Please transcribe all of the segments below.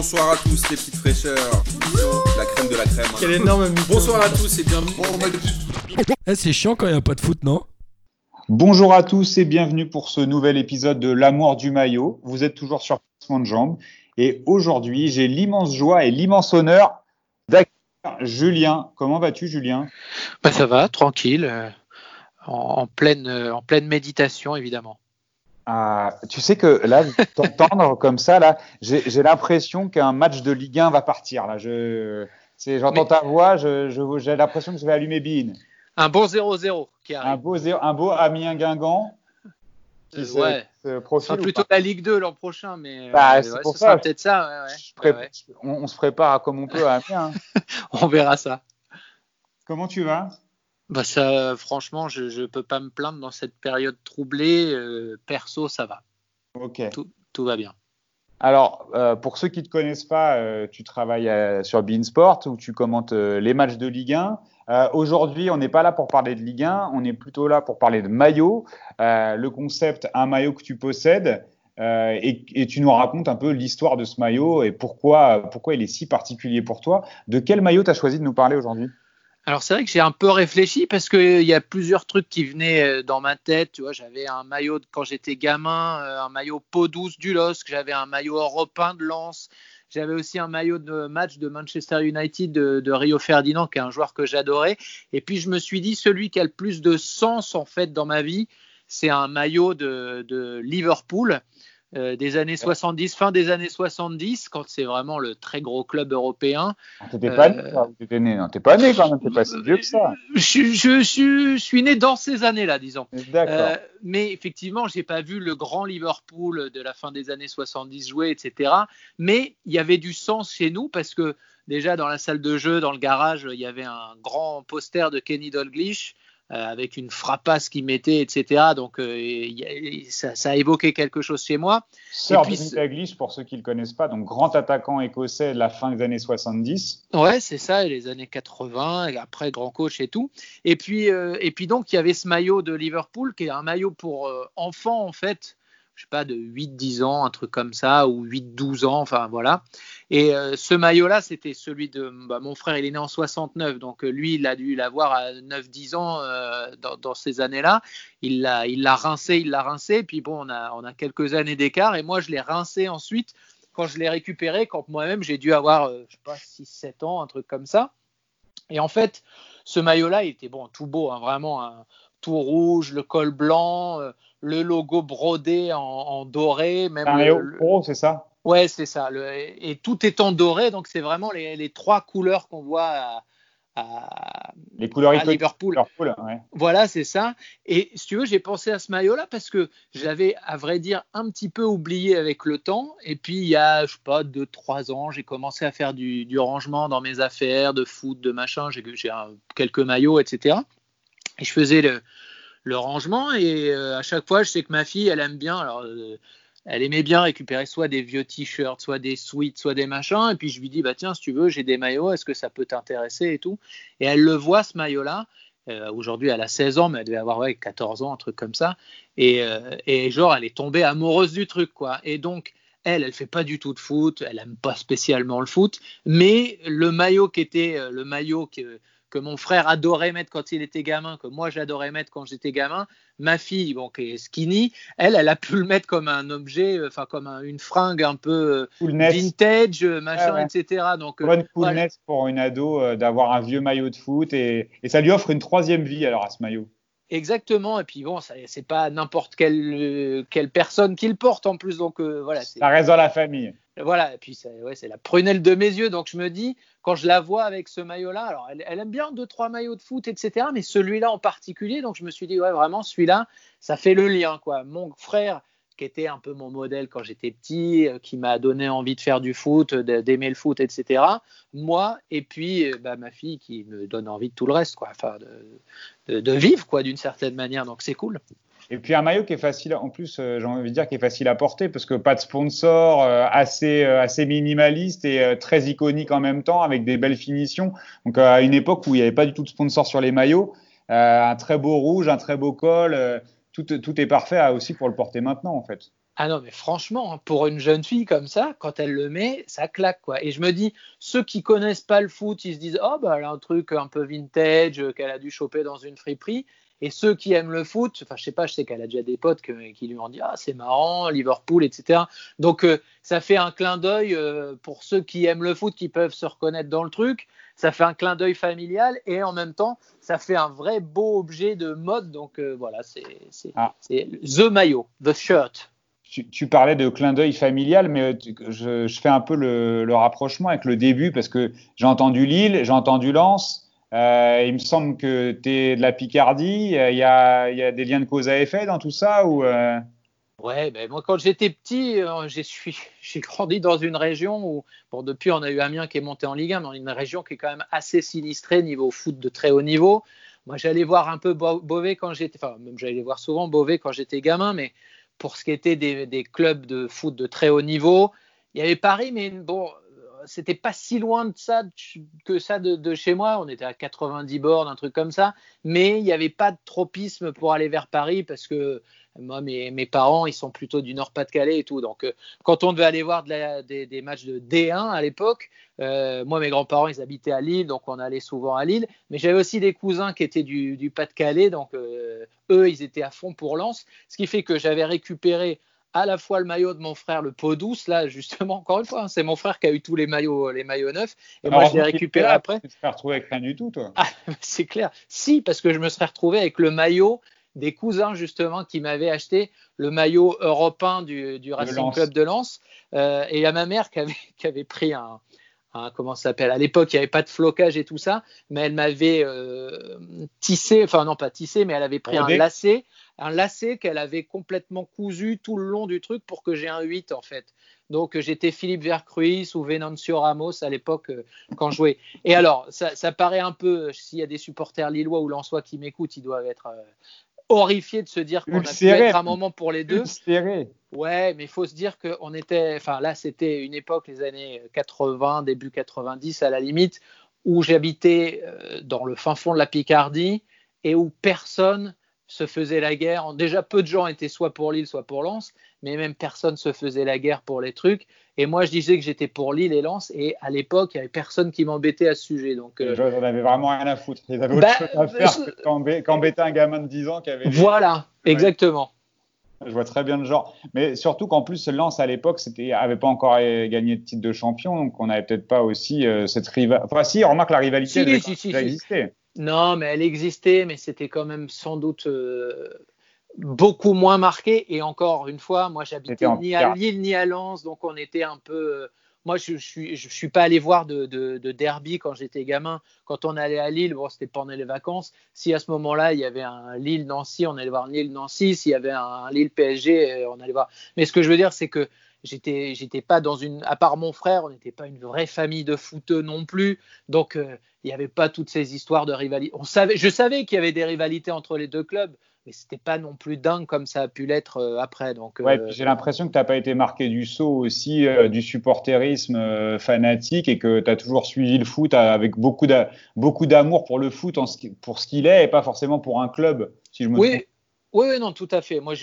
bonsoir à tous les petites fraîcheurs. La crème de la crème. Quel énorme mytho. Bonsoir à tous et bienvenue. C'est chiant quand il n'y a pas de foot, non? Bonjour à tous et bienvenue pour ce nouvel épisode de L'amour du maillot. Vous êtes toujours sur Passement de Jambes et aujourd'hui, j'ai l'immense joie et l'immense honneur d'accueillir Julien. Comment vas-tu, Julien? Ça va, tranquille, en pleine méditation, évidemment. Tu sais que là, t'entendre comme ça, là, j'ai l'impression qu'un match de Ligue 1 va partir. Là, j'entends ta voix, j'ai l'impression que je vais allumer Bein. Un bon 0-0 qui arrive. Un beau Amiens Guingamp. Ouais. Profil plutôt la Ligue 2 l'an prochain, mais c'est pour ce ça. sera peut-être ça. Ouais. On se prépare comme on peut à Amiens. On verra ça. Comment tu vas? Ça, franchement, je peux pas me plaindre dans cette période troublée. Perso, ça va. Ok. Tout va bien. Alors, pour ceux qui ne te connaissent pas, tu travailles sur beIN Sport où tu commentes les matchs de Ligue 1. Aujourd'hui, on n'est pas là pour parler de Ligue 1, on est plutôt là pour parler de maillot. Le concept, un maillot que tu possèdes, et tu nous racontes un peu l'histoire de ce maillot et pourquoi il est si particulier pour toi. De quel maillot tu as choisi de nous parler aujourd'hui? Alors c'est vrai que j'ai un peu réfléchi parce qu'il y a plusieurs trucs qui venaient dans ma tête. Tu vois, j'avais un maillot quand j'étais gamin, un maillot peau douce du LOSC, j'avais un maillot européen de Lens, j'avais aussi un maillot de match de Manchester United de Rio Ferdinand, qui est un joueur que j'adorais. Et puis je me suis dit, celui qui a le plus de sens en fait dans ma vie, c'est un maillot de Liverpool. Des années 70, fin des années 70, quand c'est vraiment le très gros club européen. T'étais pas né, toi. T'étais né, non, t'es pas né quand même, t'es pas si vieux que ça. Je suis né dans ces années-là, disons. D'accord. Mais effectivement, j'ai pas vu le grand Liverpool de la fin des années 70 jouer, etc. Mais il y avait du sens chez nous parce que déjà dans la salle de jeu, dans le garage, il y avait un grand poster de Kenny Dalglish. Avec une frappasse qu'il mettait, etc. Donc, ça a évoqué quelque chose chez moi. Sir Kenny Dalglish, pour ceux qui ne le connaissent pas, donc grand attaquant écossais de la fin des années 70. Ouais, c'est ça, et les années 80, et après grand coach et tout. Et puis donc, il y avait ce maillot de Liverpool, qui est un maillot pour enfants, en fait, je sais pas, de 8-10 ans, un truc comme ça, ou 8-12 ans, enfin voilà. Et ce maillot-là, c'était celui de mon frère, il est né en 69, donc lui, il a dû l'avoir à 9-10 ans dans ces années-là. Il l'a rincé, puis bon, on a quelques années d'écart, et moi, je l'ai rincé ensuite, quand je l'ai récupéré, quand moi-même, j'ai dû avoir, je sais pas, 6-7 ans, un truc comme ça. Et en fait, ce maillot-là, il était tout beau, hein, vraiment, tout rouge, le col blanc, le logo brodé en doré. Même un maillot pro, c'est ça? Ouais, c'est ça. Et tout est en doré, donc c'est vraiment les trois couleurs qu'on voit les couleurs à Liverpool. Ouais. Voilà, c'est ça. Et si tu veux, j'ai pensé à ce maillot-là parce que j'avais, à vrai dire, un petit peu oublié avec le temps. Et puis, il y a, je sais pas, 2-3 ans, j'ai commencé à faire du rangement dans mes affaires, de foot, de machin. J'ai quelques maillots, etc. Et je faisais le rangement et à chaque fois, je sais que ma fille, elle aime bien. Alors, elle aimait bien récupérer soit des vieux t-shirts, soit des sweats, soit des machins. Et puis, je lui dis, tiens, si tu veux, j'ai des maillots, est-ce que ça peut t'intéresser et tout. Et elle le voit, ce maillot-là. Aujourd'hui, elle a 16 ans, mais elle devait avoir 14 ans, un truc comme ça. Et genre, elle est tombée amoureuse du truc, quoi. Et donc, elle fait pas du tout de foot, elle aime pas spécialement le foot. Mais le maillot qui était le maillot que mon frère adorait mettre quand il était gamin, que moi j'adorais mettre quand j'étais gamin, ma fille, qui est skinny, elle a pu le mettre comme un objet, comme une fringue un peu vintage, machin, ouais. Etc. Donc, bonne coolness pour une ado d'avoir un vieux maillot de foot et ça lui offre une troisième vie alors à ce maillot. Exactement, et puis bon, c'est pas n'importe quelle personne qui le porte en plus, donc voilà. Ça reste dans la famille. Voilà, et puis c'est la prunelle de mes yeux, donc je me dis, quand je la vois avec ce maillot-là, alors elle aime bien 2-3 maillots de foot, etc., mais celui-là en particulier, donc je me suis dit, ouais, vraiment, celui-là, ça fait le lien, quoi. Mon frère, qui était un peu mon modèle quand j'étais petit, qui m'a donné envie de faire du foot, d'aimer le foot, etc., moi, et puis ma fille qui me donne envie de tout le reste, quoi, enfin, de vivre, quoi, d'une certaine manière, donc c'est cool. Et puis un maillot qui est facile, en plus, j'ai envie de dire, qui est facile à porter parce que pas de sponsor, assez minimaliste et très iconique en même temps avec des belles finitions. Donc à une époque où il n'y avait pas du tout de sponsor sur les maillots, un très beau rouge, un très beau col, tout est parfait aussi pour le porter maintenant en fait. Ah non, mais franchement, hein, pour une jeune fille comme ça, quand elle le met, ça claque, quoi. Et je me dis, ceux qui connaissent pas le foot, ils se disent, oh, bah, elle a un truc un peu vintage qu'elle a dû choper dans une friperie. Et ceux qui aiment le foot, enfin, je sais pas, je sais qu'elle a déjà des potes qui lui ont dit, ah, c'est marrant, Liverpool, etc. Donc, ça fait un clin d'œil pour ceux qui aiment le foot, qui peuvent se reconnaître dans le truc. Ça fait un clin d'œil familial et en même temps, ça fait un vrai beau objet de mode. Donc, voilà, c'est the maillot, the shirt. Tu parlais de clin d'œil familial, mais je fais un peu le rapprochement avec le début parce que j'ai entendu Lille, j'ai entendu Lens. Il me semble que tu es de la Picardie. Il y a des liens de cause à effet dans tout ça ou Ouais, ben moi quand j'étais petit, j'ai grandi dans une région où, bon, depuis on a eu Amiens qui est monté en Ligue 1, mais on est une région qui est quand même assez sinistrée niveau foot de très haut niveau. Moi j'allais voir un peu Beauvais quand j'étais, enfin même j'allais voir souvent Beauvais quand j'étais gamin, mais pour ce qui était des clubs de foot de très haut niveau, il y avait Paris, mais bon, c'était pas si loin de ça que ça de chez moi. On était à 90 bornes, un truc comme ça, mais il n'y avait pas de tropisme pour aller vers Paris parce que moi, mes parents, ils sont plutôt du Nord-Pas-de-Calais et tout. Donc, quand on devait aller voir des matchs de D1 à l'époque, moi, mes grands-parents, ils habitaient à Lille, donc on allait souvent à Lille. Mais j'avais aussi des cousins qui étaient du Pas-de-Calais, donc eux, ils étaient à fond pour Lens. Ce qui fait que j'avais récupéré à la fois le maillot de mon frère, le Peau douce, là, justement, encore une fois, hein, c'est mon frère qui a eu tous les maillots neufs. Et moi, je l'ai récupéré après. Tu te serais retrouvé avec rien du tout, toi. Ah, c'est clair. Si, parce que je me serais retrouvé avec le maillot des cousins justement qui m'avaient acheté le maillot européen du Racing Club de Lens. Et il y a ma mère qui avait pris comment ça s'appelle, à l'époque il n'y avait pas de flocage et tout ça, mais elle m'avait tissé, enfin non pas tissé, mais elle avait pris un lacet qu'elle avait complètement cousu tout le long du truc pour que j'ai un 8 en fait. Donc j'étais Philippe Vercruis ou Venancio Ramos à l'époque quand je jouais. Et alors ça paraît un peu, s'il y a des supporters lillois ou lensois qui m'écoutent, ils doivent être horrifié de se dire qu'on a pu être un moment pour les deux. Ouais, mais il faut se dire qu'on était, enfin là c'était une époque, les années 80, début 90 à la limite, où j'habitais dans le fin fond de la Picardie et où personne se faisait la guerre. Déjà peu de gens étaient soit pour Lille, soit pour Lens, mais même personne se faisait la guerre pour les trucs. Et moi je disais que j'étais pour Lille et Lens, et à l'époque il n'y avait personne qui m'embêtait à ce sujet. Donc les gens n'en avaient vraiment rien à foutre. Ils avaient autre chose à faire qu'embêter un gamin de 10 ans qui avait. Voilà, exactement. Je vois très bien le genre. Mais surtout qu'en plus, Lens, à l'époque, n'avait pas encore gagné de titre de champion. Donc, on n'avait peut-être pas aussi cette rivalité. Enfin, si, remarque, la rivalité existait. Non, mais elle existait, mais c'était quand même sans doute beaucoup moins marqué. Et encore une fois, moi, j'habitais ni à Lille ni à Lens. Donc, on était un peu. Moi, je suis pas allé voir de derby quand j'étais gamin. Quand on allait à Lille, bon, c'était pendant les vacances. Si à ce moment-là, il y avait un Lille-Nancy, on allait voir Lille-Nancy. S'il y avait un Lille-PSG, on allait voir. Mais ce que je veux dire, c'est que j'étais pas dans une. À part mon frère, on n'était pas une vraie famille de footeux non plus. Donc, il n'y avait pas toutes ces histoires de rivalité. Je savais qu'il y avait des rivalités entre les deux clubs, mais c'était pas non plus dingue comme ça a pu l'être après. Donc, ouais, puis j'ai l'impression que tu n'as pas été marqué du sceau aussi du supporterisme fanatique et que tu as toujours suivi le foot avec beaucoup d'amour pour le foot pour ce qu'il est et pas forcément pour un club, si je me trompe. Oui, non, tout à fait. Moi,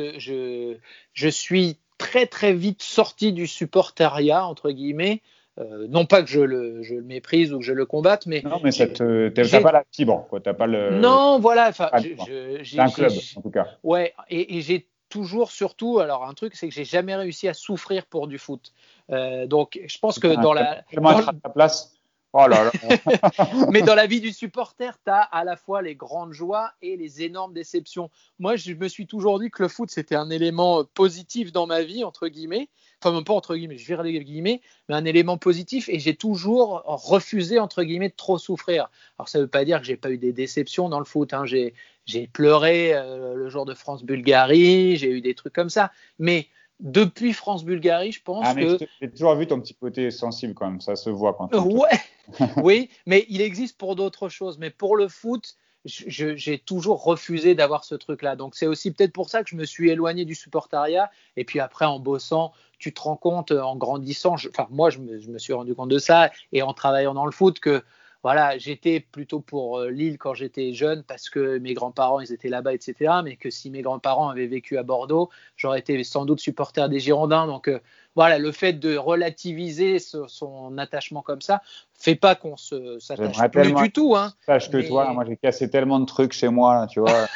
je suis très très vite sorti du supportariat entre guillemets. Non pas que je le méprise ou que je le combatte, mais non, mais t'as pas la fibre, quoi. T'as pas le. Non, voilà. Enfin, c'est un club, en tout cas. Ouais, et j'ai toujours, surtout, alors un truc, c'est que j'ai jamais réussi à souffrir pour du foot. Donc, je pense que dans la place. Oh là là. Mais dans la vie du supporter, tu as à la fois les grandes joies et les énormes déceptions. Moi, je me suis toujours dit que le foot, c'était un élément positif dans ma vie, entre guillemets. Enfin, même pas entre guillemets, je vire les guillemets, mais un élément positif. Et j'ai toujours refusé, entre guillemets, de trop souffrir. Alors, ça ne veut pas dire que j'ai pas eu des déceptions dans le foot. Hein. J'ai pleuré le jour de France-Bulgarie, j'ai eu des trucs comme ça. Mais depuis France-Bulgarie, je pense que. J'ai toujours vu ton petit côté sensible quand même, ça se voit quand même. Ouais, oui, mais il existe pour d'autres choses. Mais pour le foot, j'ai toujours refusé d'avoir ce truc-là. Donc c'est aussi peut-être pour ça que je me suis éloigné du supportariat. Et puis après, en bossant, tu te rends compte, en grandissant, moi je me suis rendu compte de ça, et en travaillant dans le foot, que voilà, j'étais plutôt pour Lille quand j'étais jeune parce que mes grands-parents ils étaient là-bas, etc. Mais que si mes grands-parents avaient vécu à Bordeaux, j'aurais été sans doute supporter des Girondins. Donc voilà, le fait de relativiser son attachement comme ça fait pas qu'on s'attache plus du tout. Hein. Sache que toi, moi j'ai cassé tellement de trucs chez moi, là, tu vois.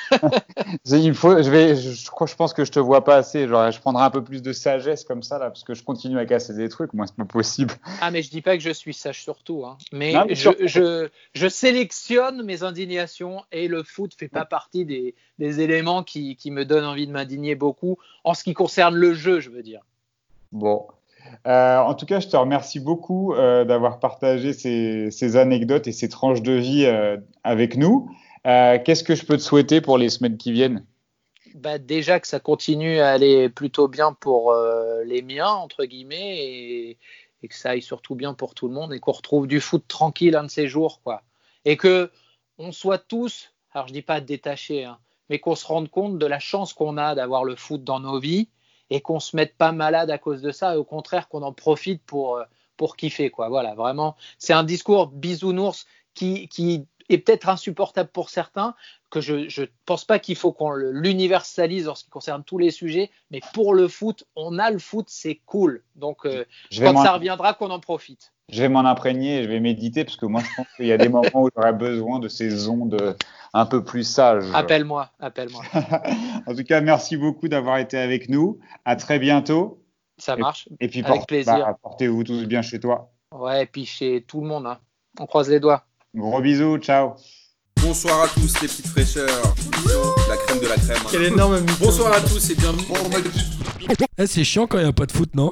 Je pense que je te vois pas assez. Genre, je prendrai un peu plus de sagesse comme ça là, parce que je continue à casser des trucs. Moi, c'est pas possible. Ah, mais je dis pas que je suis sage surtout, hein. Mais je sélectionne mes indignations et le foot fait pas partie des éléments qui me donnent envie de m'indigner beaucoup en ce qui concerne le jeu, je veux dire. Bon. En tout cas, je te remercie beaucoup d'avoir partagé ces anecdotes et ces tranches de vie avec nous. Qu'est-ce que je peux te souhaiter pour les semaines qui viennent ? Déjà que ça continue à aller plutôt bien pour les miens, entre guillemets, et que ça aille surtout bien pour tout le monde et qu'on retrouve du foot tranquille un de ces jours, quoi. Et qu'on soit tous, alors je dis pas détachés, hein, mais qu'on se rende compte de la chance qu'on a d'avoir le foot dans nos vies et qu'on se mette pas malade à cause de ça, et au contraire qu'on en profite pour kiffer, quoi. Voilà, vraiment, c'est un discours bisounours qui est peut-être insupportable pour certains, que je pense pas qu'il faut qu'on l'universalise en ce qui concerne tous les sujets, mais pour le foot, on a le foot, c'est cool. Donc, quand ça reviendra, qu'on en profite. Je vais m'en imprégner et je vais méditer, parce que moi, je pense qu'il y a des moments où j'aurais besoin de ces ondes un peu plus sages. Appelle-moi. En tout cas, merci beaucoup d'avoir été avec nous. À très bientôt. Ça marche. Et puis, avec plaisir. Portez-vous tous bien chez toi. Ouais, et puis chez tout le monde, hein. On croise les doigts. Gros bisous, ciao. Bonsoir à tous les petites fraîcheurs. La crème de la crème. Quel énorme mytho. Bonsoir à tous et bienvenue. C'est chiant quand il n'y a pas de foot, non ?